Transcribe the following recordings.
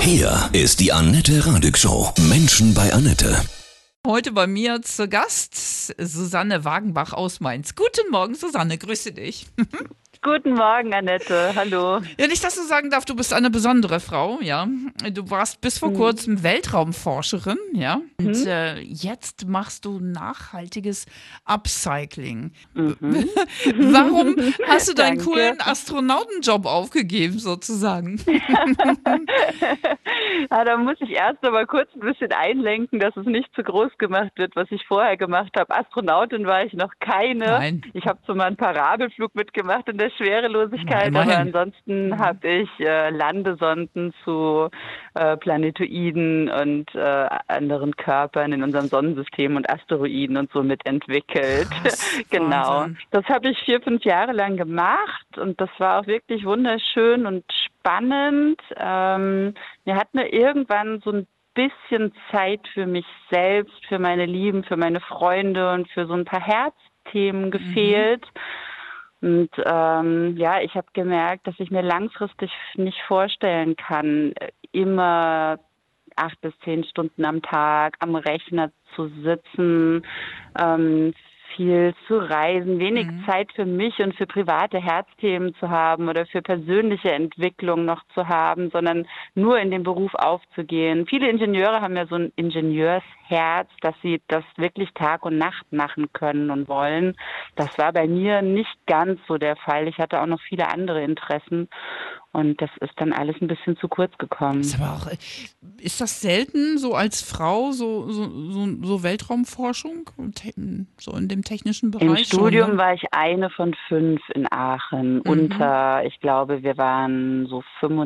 Hier ist die Annette Radig Show. Menschen bei Annette. Heute bei mir zu Gast Susanne Wagenbach aus Mainz. Guten Morgen, Susanne, grüße dich. Guten Morgen, Annette. Hallo. Ja, nicht, dass du sagen darfst, du bist eine besondere Frau, ja. Du warst bis vor kurzem Weltraumforscherin, ja. Und jetzt machst du nachhaltiges Upcycling. Warum hast du deinen coolen Astronautenjob aufgegeben, sozusagen? Da muss ich erst aber kurz ein bisschen einlenken, dass es nicht zu groß gemacht wird, was ich vorher gemacht habe. Astronautin war ich noch keine. Nein. Ich habe zwar mal einen Parabelflug mitgemacht in der Schwerelosigkeit, Na, aber immerhin. ansonsten habe ich Landesonden zu Planetoiden und anderen Körpern in unserem Sonnensystem und Asteroiden und so mitentwickelt. Krass, Genau. Wahnsinn. Das habe ich 4-5 Jahre lang gemacht und das war auch wirklich wunderschön und spannend. Mir hat nur irgendwann so ein bisschen Zeit für mich selbst, für meine Lieben, für meine Freunde und für so ein paar Herzthemen gefehlt. Und ich habe gemerkt, dass ich mir langfristig nicht vorstellen kann, immer 8 bis 10 Stunden am Tag am Rechner zu sitzen, viel zu reisen, wenig Zeit für mich und für private Herzthemen zu haben oder für persönliche Entwicklung noch zu haben, sondern nur in den Beruf aufzugehen. Viele Ingenieure haben ja so ein Ingenieursherz, dass sie das wirklich Tag und Nacht machen können und wollen. Das war bei mir nicht ganz so der Fall. Ich hatte auch noch viele andere Interessen. Und das ist dann alles ein bisschen zu kurz gekommen. Ist das selten so als Frau, so Weltraumforschung, so in dem technischen Bereich? Im Studium schon, ne? war ich eine von 5 in Aachen. Ich glaube, wir waren so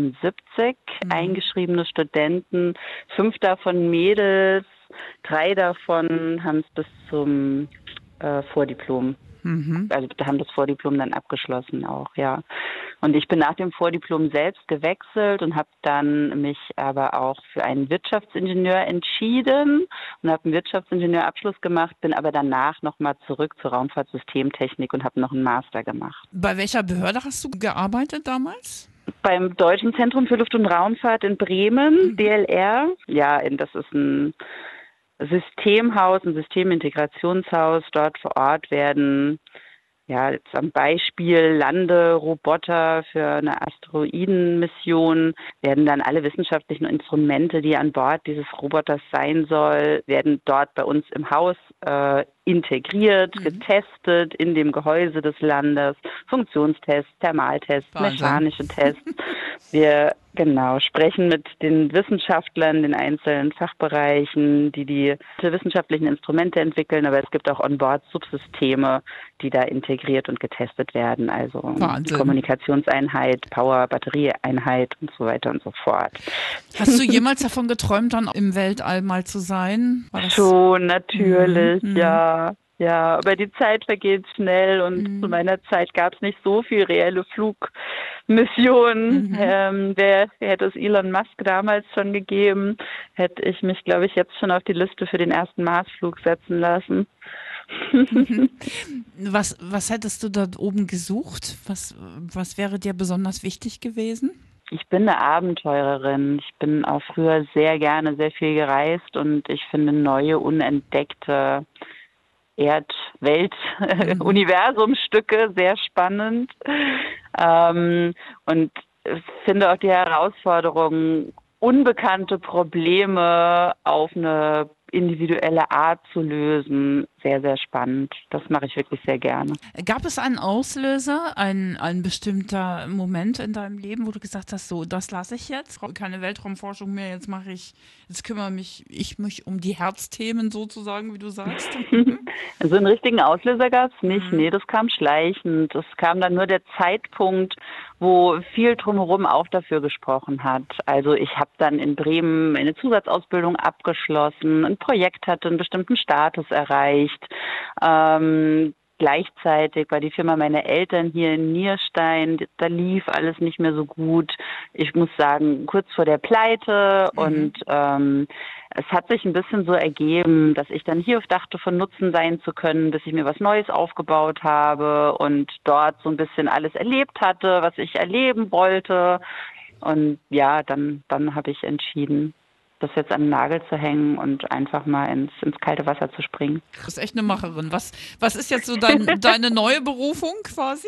75 eingeschriebene Studenten, 5 davon Mädels, 3 davon haben es bis zum Vordiplom. Also haben das Vordiplom dann abgeschlossen auch, ja. Und ich bin nach dem Vordiplom selbst gewechselt und habe dann mich aber auch für einen Wirtschaftsingenieur entschieden und habe einen Wirtschaftsingenieurabschluss gemacht, bin aber danach nochmal zurück zur Raumfahrtsystemtechnik und habe noch einen Master gemacht. Bei welcher Behörde hast du gearbeitet damals? Beim Deutschen Zentrum für Luft- und Raumfahrt in Bremen, DLR. Ja, das ist ein Systemhaus, ein Systemintegrationshaus. Dort vor Ort werden, ja, jetzt am Beispiel Landeroboter für eine Asteroidenmission, werden dann alle wissenschaftlichen Instrumente, die an Bord dieses Roboters sein soll, werden dort bei uns im Haus integriert, getestet in dem Gehäuse des Landes. Funktionstests, Thermaltests, Wahnsinn. mechanische Tests. Wir sprechen mit den Wissenschaftlern, den einzelnen Fachbereichen, die wissenschaftlichen Instrumente entwickeln, aber es gibt auch On-Board-Subsysteme, die da integriert und getestet werden, also Wahnsinn. Kommunikationseinheit, Power, Batterieeinheit und so weiter und so fort. Hast du jemals davon geträumt, dann im Weltall mal zu sein? War das Schon, natürlich, ja. Ja, aber die Zeit vergeht schnell und zu meiner Zeit gab es nicht so viel reelle Flugmissionen. Hätte es Elon Musk damals schon gegeben, hätte ich mich, glaube ich, jetzt schon auf die Liste für den ersten Marsflug setzen lassen. Was hättest du dort oben gesucht? Was wäre dir besonders wichtig gewesen? Ich bin eine Abenteurerin. Ich bin auch früher sehr gerne sehr viel gereist und ich finde neue, unentdeckte Universumstücke sehr spannend und finde auch die Herausforderung, unbekannte Probleme auf eine individuelle Art zu lösen, sehr, sehr spannend. Das mache ich wirklich sehr gerne. Gab es einen Auslöser, ein bestimmter Moment in deinem Leben, wo du gesagt hast, so, das lasse ich jetzt, keine Weltraumforschung mehr, jetzt kümmere mich um die Herzthemen sozusagen, wie du sagst? Also einen richtigen Auslöser gab es nicht. Nee, das kam schleichend. Es kam dann nur der Zeitpunkt, wo viel drumherum auch dafür gesprochen hat. Also ich habe dann in Bremen eine Zusatzausbildung abgeschlossen, ein Projekt hatte einen bestimmten Status erreicht. Gleichzeitig war die Firma meiner Eltern hier in Nierstein, da lief alles nicht mehr so gut. Ich muss sagen, kurz vor der Pleite und es hat sich ein bisschen so ergeben, dass ich dann hier dachte, von Nutzen sein zu können, bis ich mir was Neues aufgebaut habe und dort so ein bisschen alles erlebt hatte, was ich erleben wollte. Und ja, dann habe ich entschieden, das jetzt an den Nagel zu hängen und einfach mal ins kalte Wasser zu springen. Du bist echt eine Macherin. Was ist jetzt so deine neue Berufung quasi?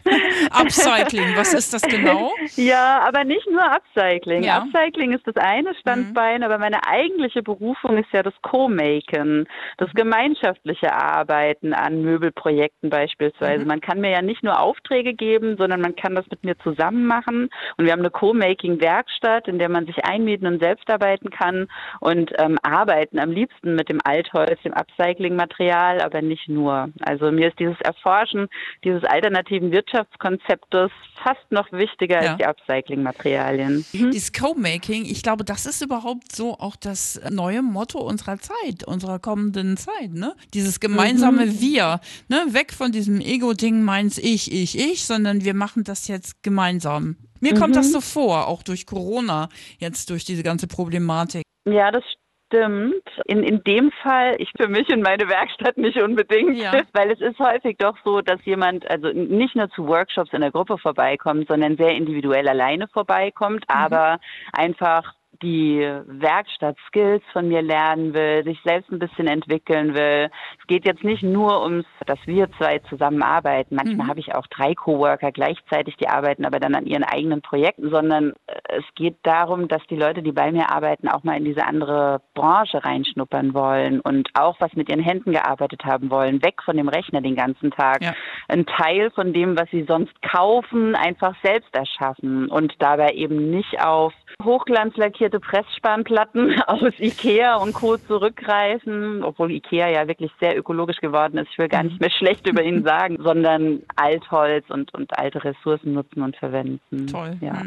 Upcycling, was ist das genau? Ja, aber nicht nur Upcycling. Ja. Upcycling ist das eine Standbein, aber meine eigentliche Berufung ist ja das Co-Maken, das gemeinschaftliche Arbeiten an Möbelprojekten beispielsweise. Man kann mir ja nicht nur Aufträge geben, sondern man kann das mit mir zusammen machen. Und wir haben eine Co-Making-Werkstatt, in der man sich einmieten und selbst arbeiten kann und arbeiten am liebsten mit dem Altholz, dem Upcycling-Material, aber nicht nur. Also mir ist dieses Erforschen dieses alternativen Wirtschaftskonzeptes fast noch wichtiger als die Upcycling-Materialien. Dieses Co-Making, ich glaube, das ist überhaupt so auch das neue Motto unserer Zeit, unserer kommenden Zeit, ne? Dieses gemeinsame Wir, ne? Weg von diesem Ego-Ding, meins ich, sondern wir machen das jetzt gemeinsam. Mir kommt das so vor, auch durch Corona, jetzt durch diese ganze Problematik. Ja, das stimmt. In dem Fall, ich für mich und meine Werkstatt nicht unbedingt, weil es ist häufig doch so, dass jemand also nicht nur zu Workshops in der Gruppe vorbeikommt, sondern sehr individuell alleine vorbeikommt, aber einfach die Werkstatt-Skills von mir lernen will, sich selbst ein bisschen entwickeln will. Es geht jetzt nicht nur ums, dass wir zwei zusammenarbeiten. Manchmal habe ich auch 3 Coworker gleichzeitig, die arbeiten aber dann an ihren eigenen Projekten, sondern es geht darum, dass die Leute, die bei mir arbeiten, auch mal in diese andere Branche reinschnuppern wollen und auch was mit ihren Händen gearbeitet haben wollen, weg von dem Rechner den ganzen Tag. Ja. Ein Teil von dem, was sie sonst kaufen, einfach selbst erschaffen und dabei eben nicht auf hochglanzlackierte Pressspanplatten aus Ikea und Co. zurückgreifen, obwohl Ikea ja wirklich sehr ökologisch geworden ist. Ich will gar nicht mehr schlecht über ihn sagen, sondern Altholz und alte Ressourcen nutzen und verwenden. Toll. Ja.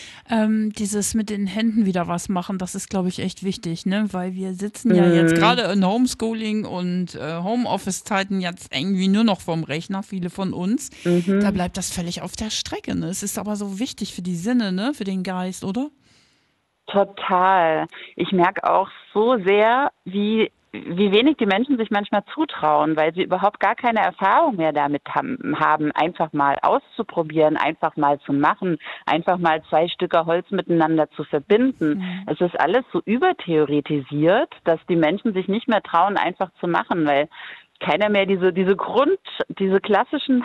Dieses mit den Händen wieder was machen, das ist, glaube ich, echt wichtig, ne? Weil wir sitzen ja jetzt gerade in Homeschooling und Homeoffice-Zeiten jetzt irgendwie nur noch vorm Rechner, viele von uns. Da bleibt das völlig auf der Strecke. Ne? Es ist aber so wichtig für die Sinne, ne? Für den Geist, oder? Total. Ich merke auch so sehr, wie wenig die Menschen sich manchmal zutrauen, weil sie überhaupt gar keine Erfahrung mehr damit haben, einfach mal auszuprobieren, einfach mal zu machen, einfach mal 2 Stücke Holz miteinander zu verbinden. Es ist alles so übertheoretisiert, dass die Menschen sich nicht mehr trauen, einfach zu machen, weil keiner mehr diese klassischen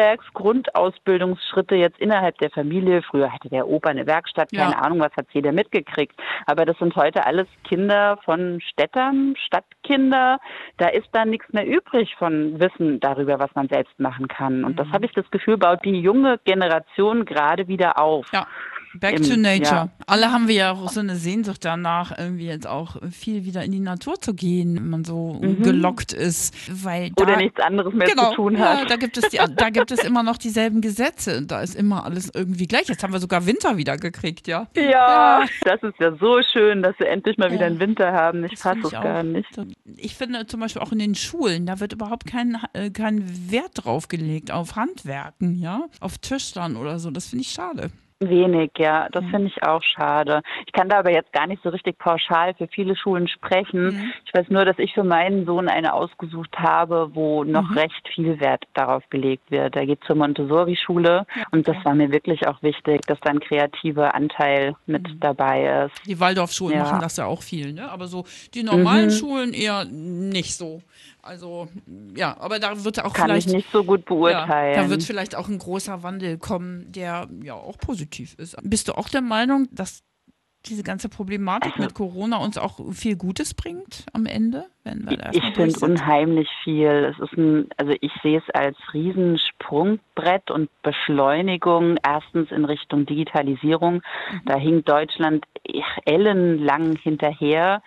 Handwerksgrundausbildungsschritte jetzt innerhalb der Familie. Früher hatte der Opa eine Werkstatt, keine Ahnung, was hat jeder mitgekriegt. Aber das sind heute alles Kinder von Städtern, Stadtkinder. Da ist dann nichts mehr übrig von Wissen darüber, was man selbst machen kann. Und das habe ich das Gefühl, baut die junge Generation gerade wieder auf. Ja. Back to nature. Alle haben wir ja auch so eine Sehnsucht danach, irgendwie jetzt auch viel wieder in die Natur zu gehen, wenn man so gelockt ist. Weil oder nichts anderes mehr zu tun hat. Ja, da gibt es immer noch dieselben Gesetze. Da ist immer alles irgendwie gleich. Jetzt haben wir sogar Winter wieder gekriegt, ja? Ja, das ist ja so schön, dass wir endlich mal wieder einen Winter haben. Ich fasse es gar nicht. Ich finde zum Beispiel auch in den Schulen, da wird überhaupt kein Wert drauf gelegt auf Handwerken, ja? Auf Tischlern oder so. Das finde ich schade. Wenig, ja. Das finde ich auch schade. Ich kann da aber jetzt gar nicht so richtig pauschal für viele Schulen sprechen. Ich weiß nur, dass ich für meinen Sohn eine ausgesucht habe, wo noch recht viel Wert darauf gelegt wird. Er geht zur Montessori-Schule und das war mir wirklich auch wichtig, dass da ein kreativer Anteil mit dabei ist. Die Waldorfschulen machen das ja auch viel, ne? Aber so die normalen Schulen eher nicht so. Also, ja, aber da wird auch kann ich nicht so gut beurteilen. Ja, da wird vielleicht auch ein großer Wandel kommen, der ja auch positiv ist. Bist du auch der Meinung, dass diese ganze Problematik mit Corona uns auch viel Gutes bringt am Ende? Wenn wir da ich finde unheimlich viel. Es ist ich sehe es als Riesensprungbrett und Beschleunigung. Erstens in Richtung Digitalisierung. Da hinkt Deutschland ellenlang hinterher.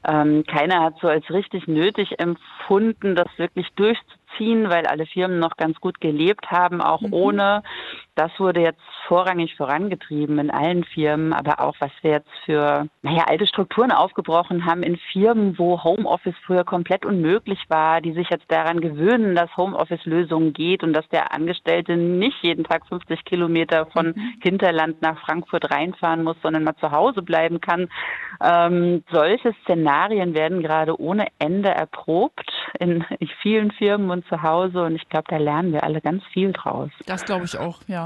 Keiner hat so als richtig nötig empfunden, das wirklich durchzuziehen, weil alle Firmen noch ganz gut gelebt haben, auch ohne. Das wurde jetzt vorrangig vorangetrieben in allen Firmen, aber auch was wir jetzt für alte Strukturen aufgebrochen haben in Firmen, wo Homeoffice früher komplett unmöglich war, die sich jetzt daran gewöhnen, dass Homeoffice-Lösungen geht und dass der Angestellte nicht jeden Tag 50 Kilometer von Hinterland nach Frankfurt reinfahren muss, sondern mal zu Hause bleiben kann. Solche Szenarien werden gerade ohne Ende erprobt in vielen Firmen und zu Hause und ich glaube, da lernen wir alle ganz viel draus. Das glaube ich auch, ja.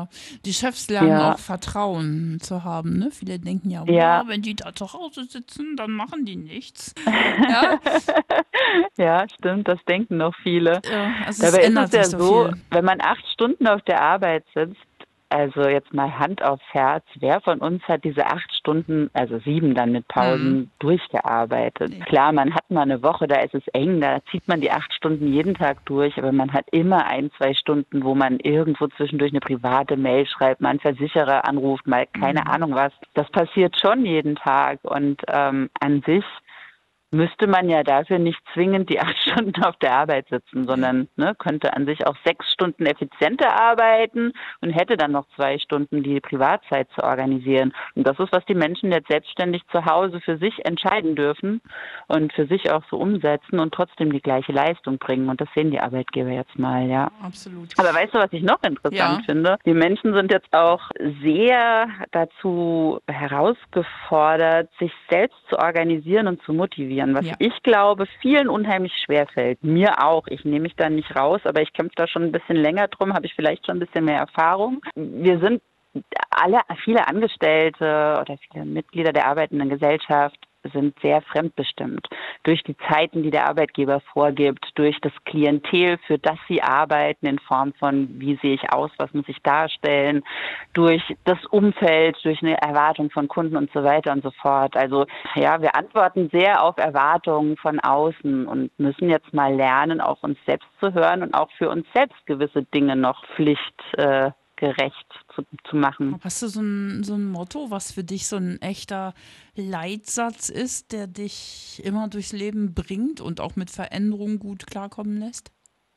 Ja, die Chefs lernen auch Vertrauen zu haben. Ne? Viele denken wenn die da zu Hause sitzen, dann machen die nichts. Ja, Ja, stimmt, das denken noch viele. also es Dabei ist ändert es ja sich so so, viel. wenn man 8 Stunden auf der Arbeit sitzt, also jetzt mal Hand aufs Herz, wer von uns hat diese 8 Stunden, also 7 dann mit Pausen, durchgearbeitet? Nee. Klar, man hat mal eine Woche, da ist es eng, da zieht man die 8 Stunden jeden Tag durch, aber man hat immer 1, 2 Stunden, wo man irgendwo zwischendurch eine private Mail schreibt, mal einen Versicherer anruft, mal keine Ahnung was. Das passiert schon jeden Tag und an sich müsste man ja dafür nicht zwingend die 8 Stunden auf der Arbeit sitzen, sondern könnte an sich auch 6 Stunden effizienter arbeiten und hätte dann noch 2 Stunden die Privatzeit zu organisieren. Und das ist, was die Menschen jetzt selbstständig zu Hause für sich entscheiden dürfen und für sich auch so umsetzen und trotzdem die gleiche Leistung bringen. Und das sehen die Arbeitgeber jetzt mal, ja. Absolut. Aber weißt du, was ich noch interessant finde? Die Menschen sind jetzt auch sehr dazu herausgefordert, sich selbst zu organisieren und zu motivieren, was ich glaube, vielen unheimlich schwer fällt. Mir auch. Ich nehme mich da nicht raus, aber ich kämpfe da schon ein bisschen länger drum, habe ich vielleicht schon ein bisschen mehr Erfahrung. Wir sind viele Angestellte oder viele Mitglieder der arbeitenden Gesellschaft sind sehr fremdbestimmt. Durch die Zeiten, die der Arbeitgeber vorgibt, durch das Klientel, für das sie arbeiten, in Form von, wie sehe ich aus, was muss ich darstellen, durch das Umfeld, durch eine Erwartung von Kunden und so weiter und so fort. Also wir antworten sehr auf Erwartungen von außen und müssen jetzt mal lernen, auf uns selbst zu hören und auch für uns selbst gewisse Dinge noch pflichtgerecht zu machen. Hast du so ein Motto, was für dich so ein echter Leitsatz ist, der dich immer durchs Leben bringt und auch mit Veränderungen gut klarkommen lässt?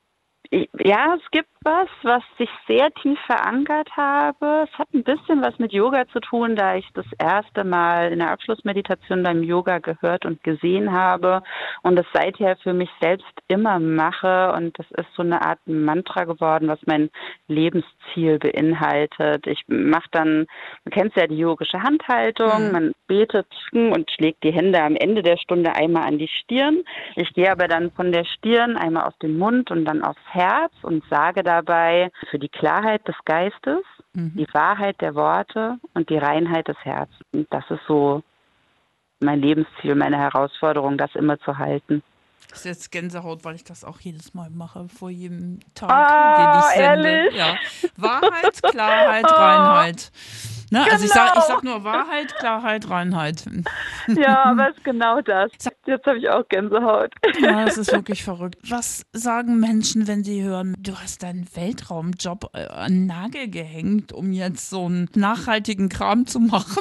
Ja, es gibt was ich sehr tief verankert habe. Es hat ein bisschen was mit Yoga zu tun, da ich das erste Mal in der Abschlussmeditation beim Yoga gehört und gesehen habe und das seither für mich selbst immer mache. Und das ist so eine Art Mantra geworden, was mein Lebensziel beinhaltet. Ich mache dann, man kennt ja die yogische Handhaltung, man betet und schlägt die Hände am Ende der Stunde einmal an die Stirn. Ich gehe aber dann von der Stirn einmal auf den Mund und dann aufs Herz und sage dabei für die Klarheit des Geistes, die Wahrheit der Worte und die Reinheit des Herzens. Und das ist so mein Lebensziel, meine Herausforderung, das immer zu halten. Das ist jetzt Gänsehaut, weil ich das auch jedes Mal mache, vor jedem Tag, den ich sende. Ehrlich? Ja. Wahrheit, Klarheit, Reinheit. Ne? Also ich sag nur Wahrheit, Klarheit, Reinheit. Ja, aber es ist genau das. Jetzt habe ich auch Gänsehaut. Ja, das ist wirklich verrückt. Was sagen Menschen, wenn sie hören, du hast deinen Weltraumjob an den Nagel gehängt, um jetzt so einen nachhaltigen Kram zu machen?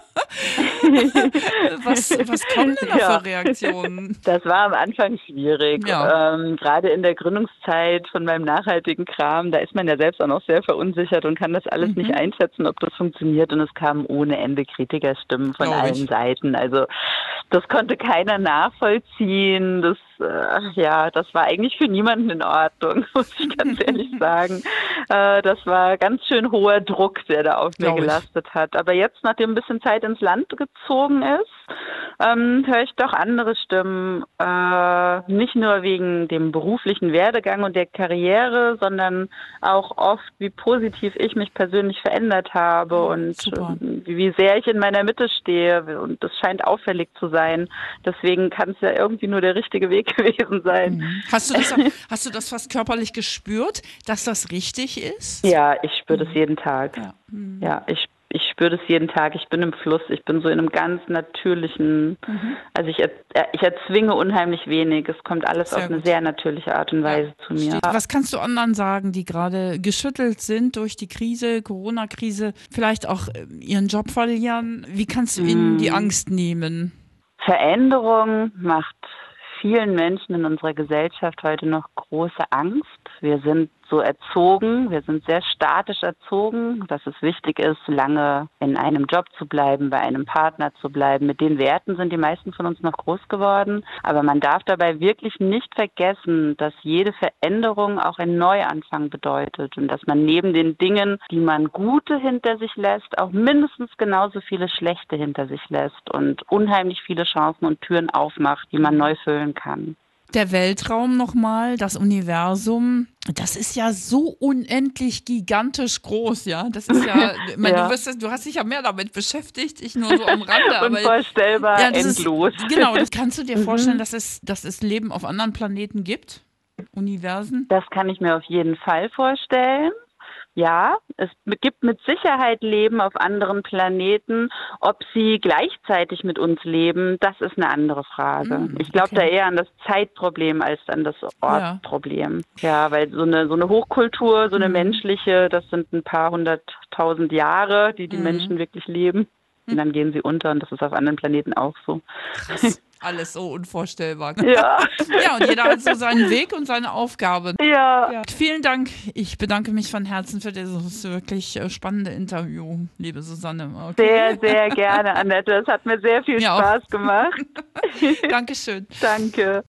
Was kommen denn da für Reaktionen? Das war am Anfang schwierig. Ja. Gerade in der Gründungszeit von meinem nachhaltigen Kram, da ist man ja selbst auch noch sehr verunsichert und kann das alles nicht einschätzen, ob das funktioniert. Und es kamen ohne Ende Kritikerstimmen von allen Seiten. Also das konnte keiner nachvollziehen. Das war eigentlich für niemanden in Ordnung, muss ich ganz ehrlich sagen. Das war ganz schön hoher Druck, der da auf mir gelastet hat. Aber jetzt, nachdem ein bisschen Zeit ins Land gezogen ist, höre ich doch andere Stimmen. Nicht nur wegen dem beruflichen Werdegang und der Karriere, sondern auch oft, wie positiv ich mich persönlich verändert habe und wie sehr ich in meiner Mitte stehe. Und das scheint auffällig zu sein. Deswegen kann es ja irgendwie nur der richtige Weg gewesen sein. Hast du das fast körperlich gespürt, dass das richtig ist? Ja, ich spüre das jeden Tag. Ja, ich spüre das jeden Tag. Ich bin im Fluss. Ich bin so in einem ganz natürlichen, also ich erzwinge unheimlich wenig. Es kommt alles auf eine sehr natürliche Art und Weise zu mir. Was kannst du anderen sagen, die gerade geschüttelt sind durch die Krise, Corona-Krise, vielleicht auch ihren Job verlieren? Wie kannst du ihnen die Angst nehmen? Veränderung macht vielen Menschen in unserer Gesellschaft heute noch große Angst. Wir sind so erzogen, wir sind sehr statisch erzogen, dass es wichtig ist, lange in einem Job zu bleiben, bei einem Partner zu bleiben. Mit den Werten sind die meisten von uns noch groß geworden. Aber man darf dabei wirklich nicht vergessen, dass jede Veränderung auch ein Neuanfang bedeutet und dass man neben den Dingen, die man gute hinter sich lässt, auch mindestens genauso viele schlechte hinter sich lässt und unheimlich viele Chancen und Türen aufmacht, die man neu füllen kann. Der Weltraum nochmal, das Universum, das ist ja so unendlich gigantisch groß, ja. Das ist ja, ich meine, Ja. du hast dich ja mehr damit beschäftigt, ich nur so am Rande. Aber Unvorstellbar, ja, das endlos. genau, das kannst du dir vorstellen, dass es Leben auf anderen Planeten gibt? Universen? Das kann ich mir auf jeden Fall vorstellen. Ja, es gibt mit Sicherheit Leben auf anderen Planeten. Ob sie gleichzeitig mit uns leben, das ist eine andere Frage. Ich glaube da eher an das Zeitproblem als an das Ortproblem. Ja, weil so eine Hochkultur, so eine menschliche, das sind ein paar 100.000 Jahre, die Menschen wirklich leben. Und dann gehen sie unter und das ist auf anderen Planeten auch so. Krass. Alles so unvorstellbar. Ja. Ja, und jeder hat so seinen Weg und seine Aufgabe. Ja. Vielen Dank. Ich bedanke mich von Herzen für dieses wirklich spannende Interview, liebe Susanne. Okay. Sehr, sehr gerne, Annette. Es hat mir sehr viel Spaß gemacht. Dankeschön. Danke.